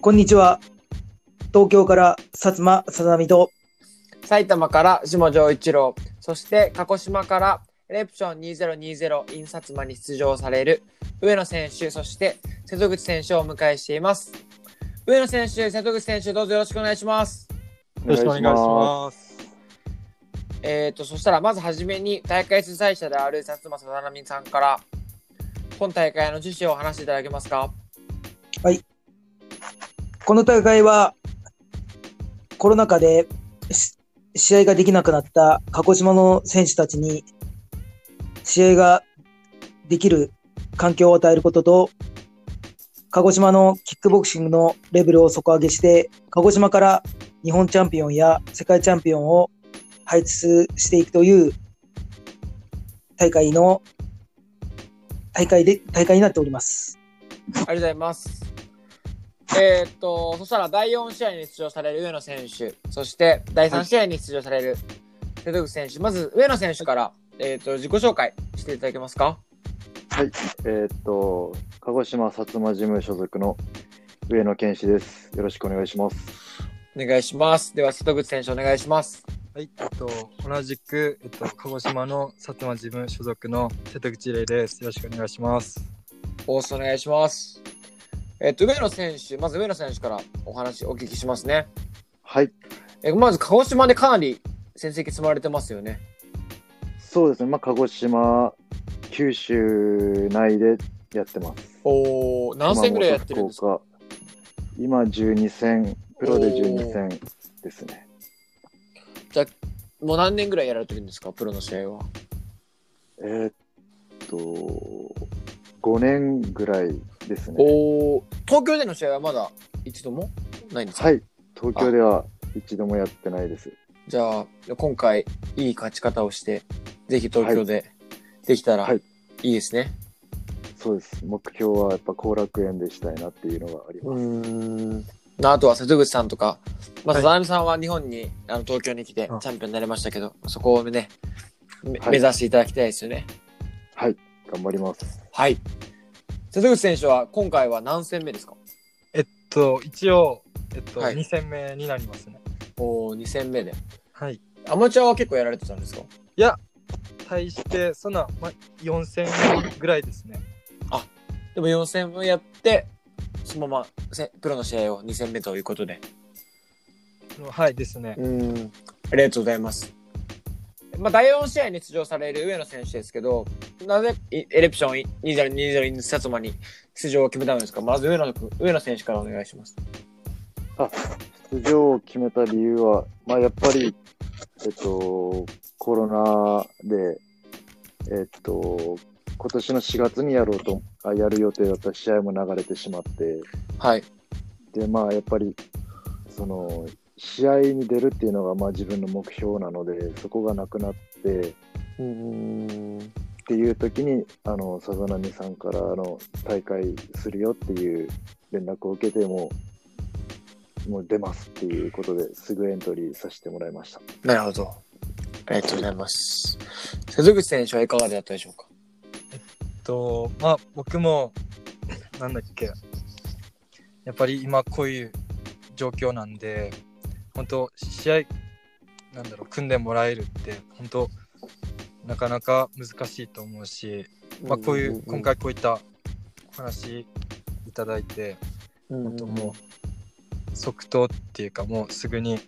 こんにちは。東京から薩摩さざみと、 埼玉から下條一郎、そして鹿児島からエレプション2020 in 薩摩に出場される上野選手、そして瀬戸口選手をお迎えしています。上野選手、瀬戸口選手、どうぞよろしくお願いします。 よろしくお願いします。 そしたらまずはじめに大会主催者である薩摩さざみさんから今大会の趣旨を話していただけますか？ はい。この大会はコロナ禍で試合ができなくなった鹿児島の選手たちに試合ができる環境を与えることと、鹿児島のキックボクシングのレベルを底上げして、鹿児島から日本チャンピオンや世界チャンピオンを輩出していくという大会になっております。 ありがとうございます。そしたら第4試合に出場される上野選手、そして第3試合に出場される瀬戸口選手、まず上野選手から、自己紹介していただけますか？ はい、鹿児島薩摩事務所属の上野健志です。よろしくお願いします。 お願いします。では瀬戸口選手お願いします。 はい、同じく、鹿児島の薩摩事務所属の瀬戸口玲です。よろしくお願いします。 お願いします。上野選手、まず上野選手からお話お聞きしますね。 はい。 まず鹿児島でかなり戦績積まれてますよね。 そうですね。鹿児島、九州内でやってます。 何戦ぐらいやってるんですか？ 今12戦、プロで12戦ですね。 じゃあもう何年ぐらいやられてるんですか、プロの試合は ？5年ぐらいですね。 東京での試合はまだ一度もないんですか？ はい、東京では一度もやってないです。 じゃあ今回いい勝ち方をしてぜひ東京でできたらいいですね。 そうです。目標はやっぱ後楽園でしたいなっていうのがあります。 あとは瀬戸口さんとか、さざみさんは日本に東京に来てチャンピオンになりましたけど、そこをね、目指していただきたいですよね。 はい、頑張ります。 はい。瀬戸口選手は今回は何戦目ですか？ 一応、2戦目になりますね。 2戦目で。 はい。 アマチュアは結構やられてたんですか？ いや、対してそんな、4戦ぐらいですね。 でも4戦目やってそのままプロの試合を2戦目ということで。 はいですね。 ありがとうございます。第4試合に出場される上野選手ですけど、なぜエレプション2020 in 薩摩に出場を決めたんですか？まず上野選手からお願いします。 出場を決めた理由は、やっぱり、コロナで、今年の4月にやる予定だった試合も流れてしまって、 はい。 で、やっぱり、試合に出るっていうのが自分の目標なので、そこがなくなってっていう時にさざなみさんから大会するよっていう連絡を受けてもう出ますっていうことですぐエントリーさせてもらいました。 なるほど、ありがとうございます。瀬戸口選手はいかがだったでしょうか？ 僕もやっぱり今こういう状況なんで、本当試合組んでもらえるって本当なかなか難しいと思うし、今回こういったお話いただいて、本当もう即答っていうか、もうすぐに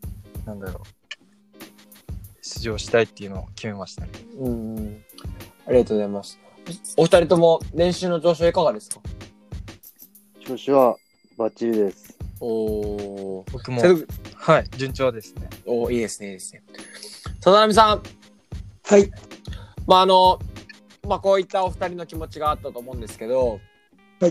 出場したいっていうのを決めましたね。 ありがとうございます。お二人とも練習の調子はいかがですか？ 調子はバッチリです。 僕も順調ですね。 いいですね、いいですね。さざなみさん。 はい。 こういったお二人の気持ちがあったと思うんですけど、 はい。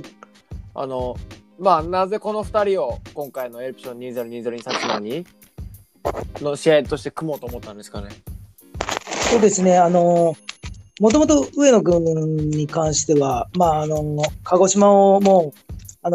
なぜこの二人を今回のエレプション2020に薩摩にの試合として組もうと思ったんですかね？ そうですね。もともと上野君に関しては、鹿児島をもう、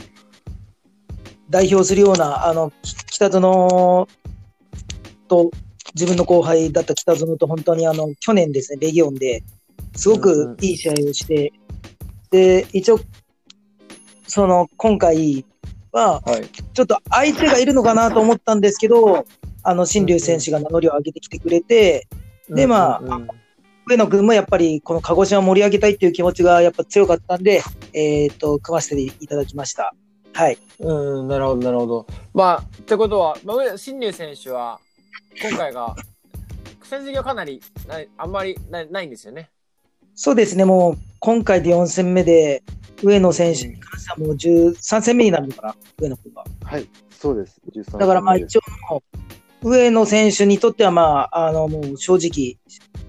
代表するような、北園と、自分の後輩だった北園と本当に去年ですね、レギオンですごくいい試合をして、で、一応、今回、 は、 はい。 ちょっと相手がいるのかなと思ったんですけど、新竜選手が名乗りを上げてきてくれて、で、まあ、 うんうんうん上野くんもやっぱりこの鹿児島を盛り上げたいっていう気持ちがやっぱ強かったんで、組ませていただきました。はい。 なるほど、なるほど。まあ、ってことは、新竜選手は、今回が、戦績はかなりあんまりないんですよね。 そうですね、もう今回で4戦目で、上野選手に関してはもう13戦目になるのかな、上野くんが。 はい、そうです。13 だからまあ一応、上野選手にとってはまあ、もう正直、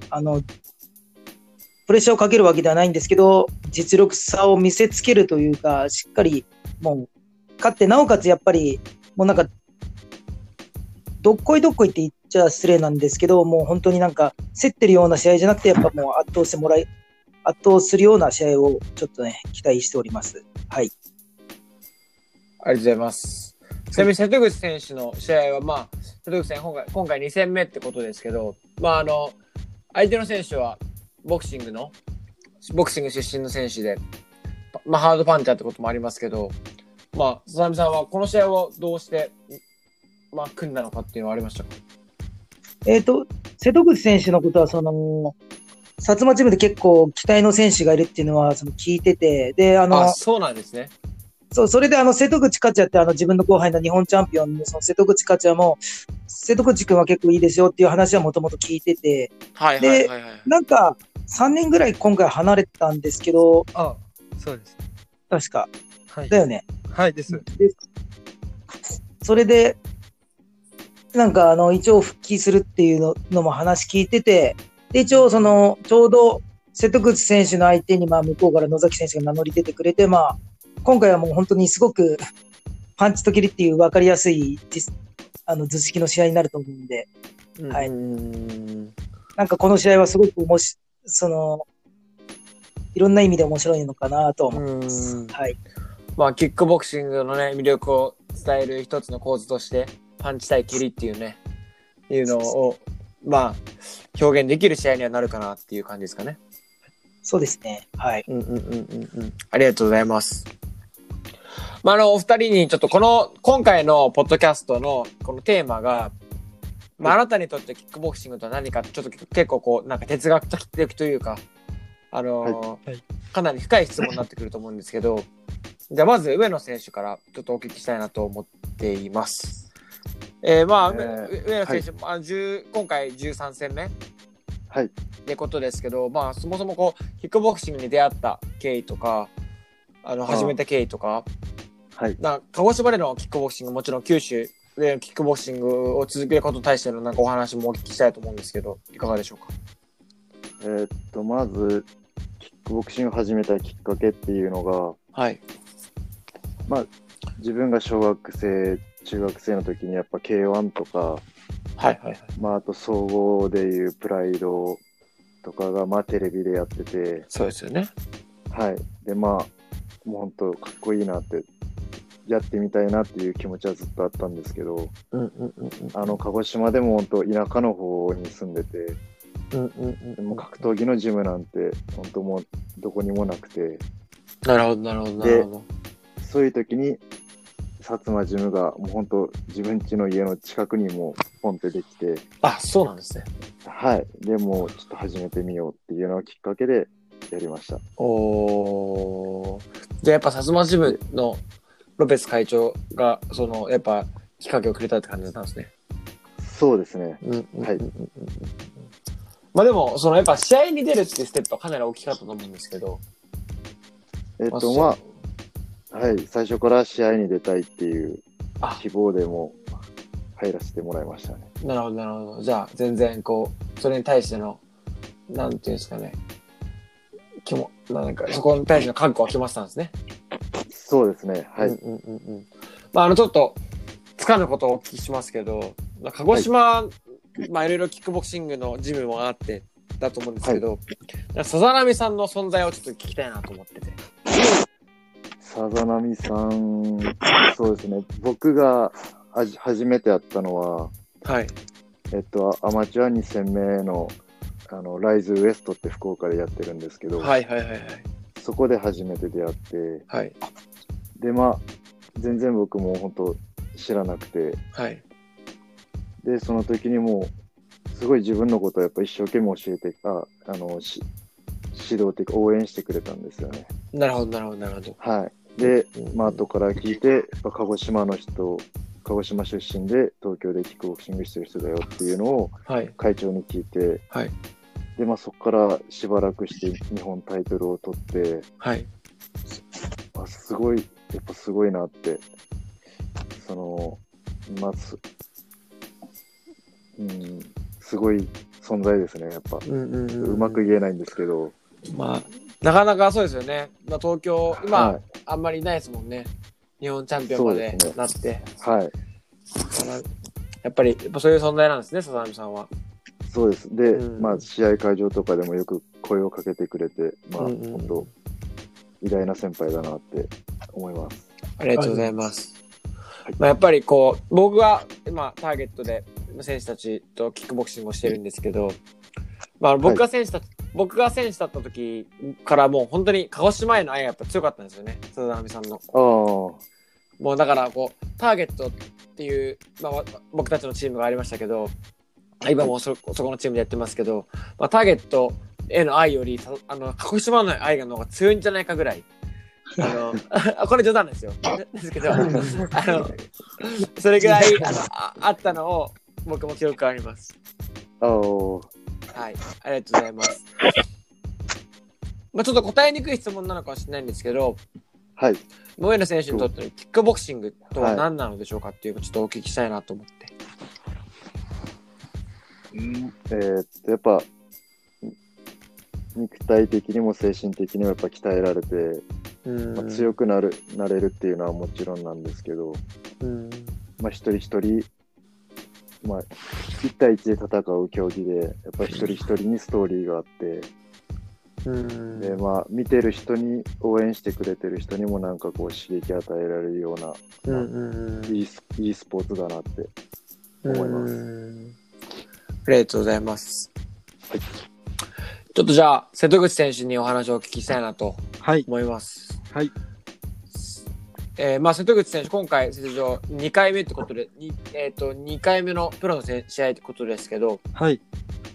プレッシャーをかけるわけではないんですけど、実力差を見せつけるというか、しっかりもう勝って、なおかつやっぱり、もうなんか、どっこいどっこいって言っちゃ失礼なんですけど、もう本当になんか、競ってるような試合じゃなくて、やっぱもう圧倒するような試合をちょっとね、期待しております。はい。 ありがとうございます。ちなみに瀬戸口選手の試合は、まあ、瀬戸口選手今回2戦目ってことですけど、まあ相手の選手はボクシング出身の選手で、まあハードパンチャーってこともありますけど、まあ、佐々木さんはこの試合をどうして、まあ、組んだのかっていうのはありましたか？ 瀬戸口選手のことは、薩摩チームで結構期待の選手がいるっていうのは聞いてて、で、 そうなんですね。 そう、それで瀬戸口克也って自分の後輩の日本チャンピオンのその瀬戸口克也も、瀬戸口くんは結構いいですよっていう話はもともと聞いてて、 はいはいはいはい。 なんか3年ぐらい今回離れたんですけど、 あ、そうです。 確か。 はい。 だよね。 はいです。 でそれで、なんか一応復帰するっていうのも話聞いてて、で、一応ちょうど瀬戸口選手の相手に向こうから野崎選手が名乗り出てくれて、今回はもう本当にすごくパンチとキリっていう分かりやすい図式の試合になると思うんで、はい。なんかこの試合はすごくいろんな意味で面白いのかなと思います。はい。 まあ、キックボクシングのね、魅力を伝える一つの構図として、パンチ対キリっていうね、いうのを、まあ、表現できる試合にはなるかなっていう感じですかね。 そうですね。はい。 ありがとうございます。まあ、お二人にちょっと今回のポッドキャストのこのテーマが、まあ、あなたにとってキックボクシングとは何か、ちょっと結構なんか哲学的というか、かなり深い質問になってくると思うんですけど、じゃあまず上野選手からちょっとお聞きしたいなと思っています。まあ、上野選手、はい、今回13戦目ってことですけど、まあそもそもキックボクシングに出会った経緯とか、始めた経緯とか、 はい。 鹿児島でのキックボクシング、もちろん九州でのキックボクシングを続けることに対してのなんかお話もお聞きしたいと思うんですけど、いかがでしょうか？ まずキックボクシングを始めたきっかけっていうのが、 はい。 まあ自分が小学生、中学生の時にやっぱ K1 とか、 はいはいはい。 まああと総合でいうプライドとかがまあテレビでやってて、 そうですよね。 はい。でまあもう本当かっこいいなってやってみたいなっていう気持ちはずっとあったんですけど、鹿児島でも本当田舎の方に住んでて、でも格闘技のジムなんて本当もうどこにもなくて、 なるほどなるほどなるほど。 そういう時に薩摩ジムがもう本当自分家の家の近くにもポンってできて、 あ、そうなんですね。 はい。でもうちょっと始めてみようっていうのがきっかけでやりました。 おー。じゃあやっぱ薩摩ジムのロペス会長がやっぱきっかけをくれたって感じだったんですね。 そうですね。はい。 まあでもやっぱ試合に出るっていうステップはかなり大きかったと思うんですけど。 はい、最初から試合に出たいっていう希望でも入らせてもらいましたね。 なるほどなるほど。じゃあ全然それに対してのなんていうんですかね、なんかそこに対しての覚悟は決まってたんですね。 そうですね。はい。 まあちょっとつかぬことをお聞きしますけど、鹿児島、まあいろいろキックボクシングのジムもあってだと思うんですけど、さざなみさんの存在をちょっと聞きたいなと思ってて。 さざなみさん、そうですね。僕が初めてやったのは、 はい。 アマチュア2戦目のライズウエストって福岡でやってるんですけど、 はい。 そこで初めて出会って、 はい。 でまあ全然僕も本当知らなくて、 はい。 で、その時にもう、すごい自分のことをやっぱ一生懸命教えて、指導っていうか応援してくれたんですよね。 なるほど、なるほど、なるほど。 はい。で、後から聞いて、やっぱ鹿児島出身で東京でキックボクシングしてる人だよっていうのを会長に聞いて、 はい。 で、そこからしばらくして日本タイトルを取って、 はい。 すごい、やっぱすごいなって、すごい存在ですね、やっぱ。うまく言えないんですけど。 なかなかそうですよね。東京、今、あんまりいないですもんね。日本チャンピオンまでなって。 はい。 やっぱりそういう存在なんですね、笹波さんは。 そうです。で、試合会場とかでもよく声をかけてくれて、本当、偉大な先輩だなって思います。 ありがとうございます。やっぱり僕は今、ターゲットで選手たちとキックボクシングをしてるんですけど、僕が選手だった時からもう本当に鹿児島への愛がやっぱ強かったんですよね、笹波さんの。もうだからターゲットっていう、僕たちのチームがありましたけど、今もそこのチームでやってますけど、ターゲットへの愛より鹿児島の愛がの方が強いんじゃないかぐらい。これ冗談ですよ。ですけど、それぐらいあったのを僕も記憶あります。はい、ありがとうございます。ちょっと答えにくい質問なのかもしれないんですけど、 はい。 上野選手にとってのキックボクシングとは何なのでしょうかっていうのをちょっとお聞きしたいなと思って。 やっぱ肉体的にも精神的にもやっぱ鍛えられて、強くなれるっていうのはもちろんなんですけど、一人一人、1対1で戦う競技で、やっぱり一人一人にストーリーがあって、で見てる人に、応援してくれてる人にもなんか刺激与えられるような、いいスポーツだなって思います。 ありがとうございます。はい。ちょっとじゃあ瀬戸口選手にお話をお聞きしたいなと思います。 はい。 瀬戸口選手今回出場2回目ってことで、2回目のプロの試合ってことですけど、 はい。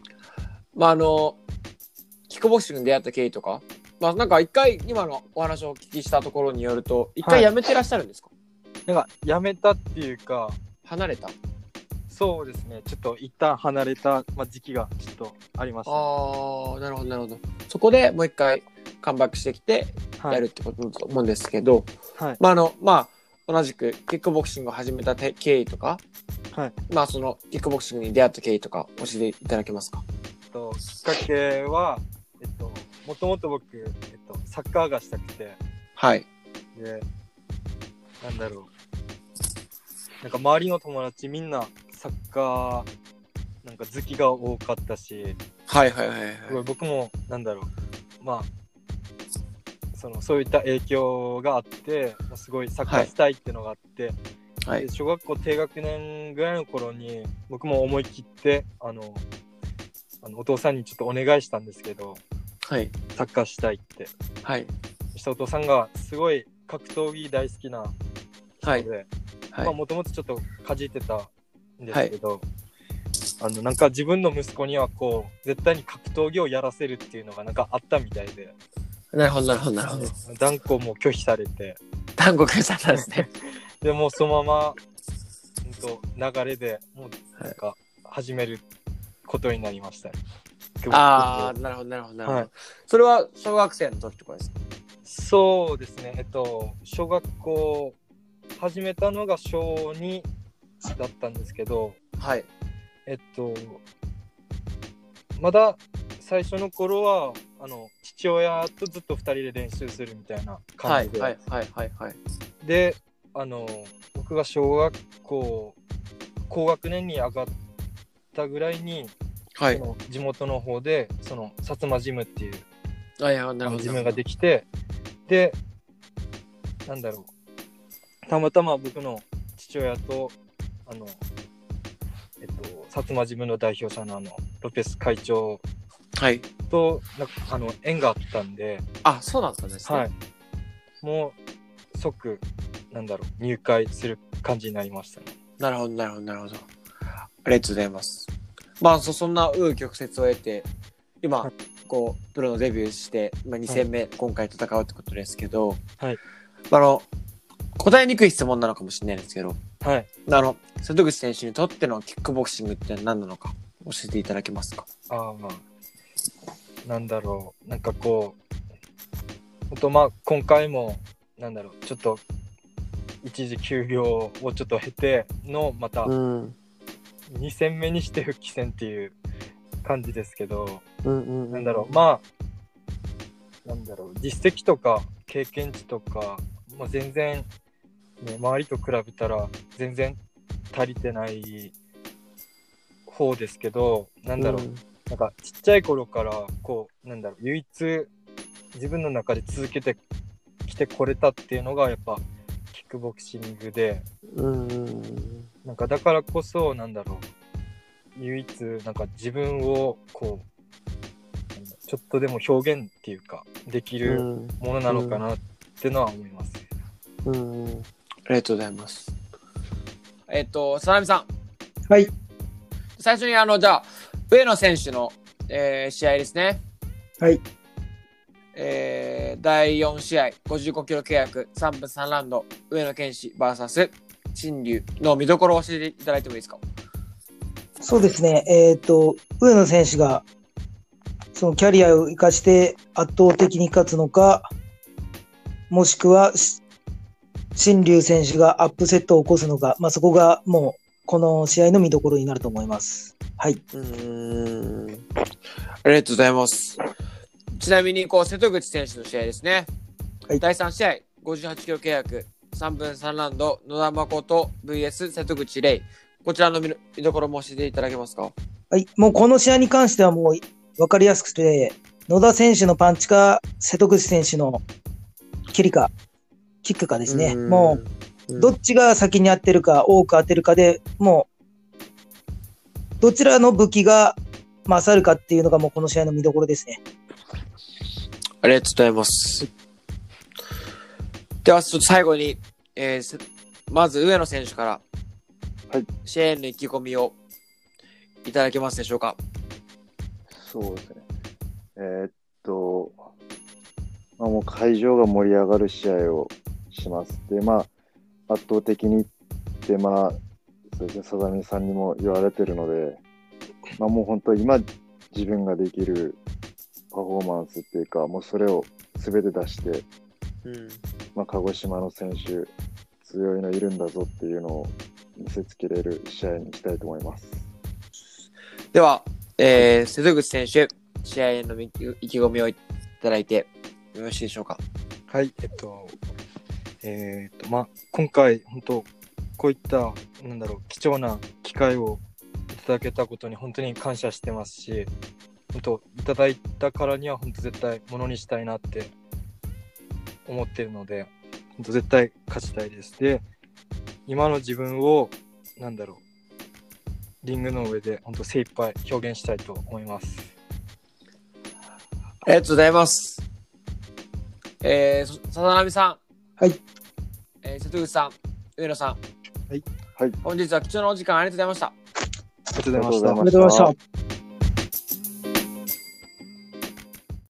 キックボクシングに出会った経緯とか、なんか一回今のお話をお聞きしたところによると、一回辞めてらっしゃるんですか？ なんか辞めたっていうか、 離れた。 そうですね。ちょっと一旦離れた、時期がちょっとありました。 なるほどなるほど。そこでもう一回カムバックしてきてやるってことだと思うんですけど、 はい。 同じくキックボクシングを始めた経緯とか、 はい。 そのキックボクシングに出会った経緯とか教えていただけますか？ きっかけはもともと僕サッカーがしたくて、 はい。 で、なんだろう。なんか周りの友達みんなサッカーなんか好きが多かったし、 はい。 僕もなんだろう、そういった影響があって、すごいサッカーしたいっていうのがあって、はい、で小学校低学年ぐらいの頃に僕も思い切ってお父さんにちょっとお願いしたんですけど、 はい、 サッカーしたいって。 はい。 そしたらお父さんがすごい格闘技大好きな人で、もともとちょっとかじってたんですけど、なんか自分の息子には絶対に格闘技をやらせるっていうのがなんかあったみたいで。 なるほど。 断固も拒否されて。 断固拒否されたんですね。 でもうそのまま、流れでもうなんか始めることになりました。 なるほど。はい、それは小学生の時とかですか？ そうですね。小学校始めたのが小2だったんですけど、 はい。 まだ最初の頃は父親とずっと2人で練習するみたいな感じで、はい。で、僕が小学校高学年に上がったぐらいに、はい、その地元の方で薩摩ジムっていうジムができて、で、なんだろう、たまたま僕の父親と薩摩ジムの代表者のロペス会長と、縁があったんで、 そうなんですね。 はい。もう即入会する感じになりましたね。 なるほど。ありがとうございます。そんな紆余曲折を得て、今、プロのデビューして、2戦目、今回戦うってことですけど、 はい。 答えにくい質問なのかもしれないですけど、 はい。 瀬戸口選手にとってのキックボクシングって何なのか教えていただけますか？ 今回もちょっと一時休業をちょっと経てのまた2戦目にして復帰戦っていう感じですけど、実績とか経験値とか、全然、周りと比べたら全然足りてない方ですけど、ちっちゃい頃から唯一自分の中で続けてきてこれたっていうのがやっぱキックボクシングで、だからこそ唯一自分をちょっとでも表現っていうかできるものなのかなってのは思います。 ありがとうございます。佐々木さん。 はい。 最初にじゃあ上野選手の、試合ですね。 はい。 第4試合55キロ契約3分3ラウンド上野拳士 VS 新竜の見どころを教えていただいてもいいですか？ そうですね。上野選手がそのキャリアを生かして圧倒的に勝つのか、もしくは新竜選手がアップセットを起こすのか、そこがもうこの試合の見どころになると思います。はい。 ありがとうございます。ちなみに瀬戸口選手の試合ですね。はい、第3試合58キロ契約3分3ラウンド野田誠 VS 瀬戸口玲、こちらの見どころも教えていただけますか？ はい。もうこの試合に関してはもう分かりやすくて、野田選手のパンチか瀬戸口選手の蹴りかキックかですね。もうどっちが先に当てるか多く当てるかで、もうどちらの武器が勝るかっていうのがもうこの試合の見どころですね。 ありがとうございます。ではちょっと最後に、まず上野選手から試合への意気込みをいただけますでしょうか？ そうですね。もう会場が盛り上がる試合をします。で、圧倒的にって、そうですね、佐々見さんにも言われてるので、もう本当今自分ができるパフォーマンスっていうか、もうそれを全て出して、鹿児島の選手強いのいるんだぞっていうのを見せつけれる試合にしたいと思います。 では、瀬戸口選手、試合への意気込みをいただいてよろしいでしょうか？ はい。今回本当こういった貴重な機会をいただけたことに本当に感謝してますし、本当いただいたからには本当絶対ものにしたいなって思ってるので、本当絶対勝ちたいです。で、今の自分をリングの上で本当精一杯表現したいと思います。 ありがとうございます。佐々波さん、 はい。 瀬戸口さん、上野さん、 はい。 本日は貴重なお時間ありがとうございました。 ありがとうございました。 ありがとうございました。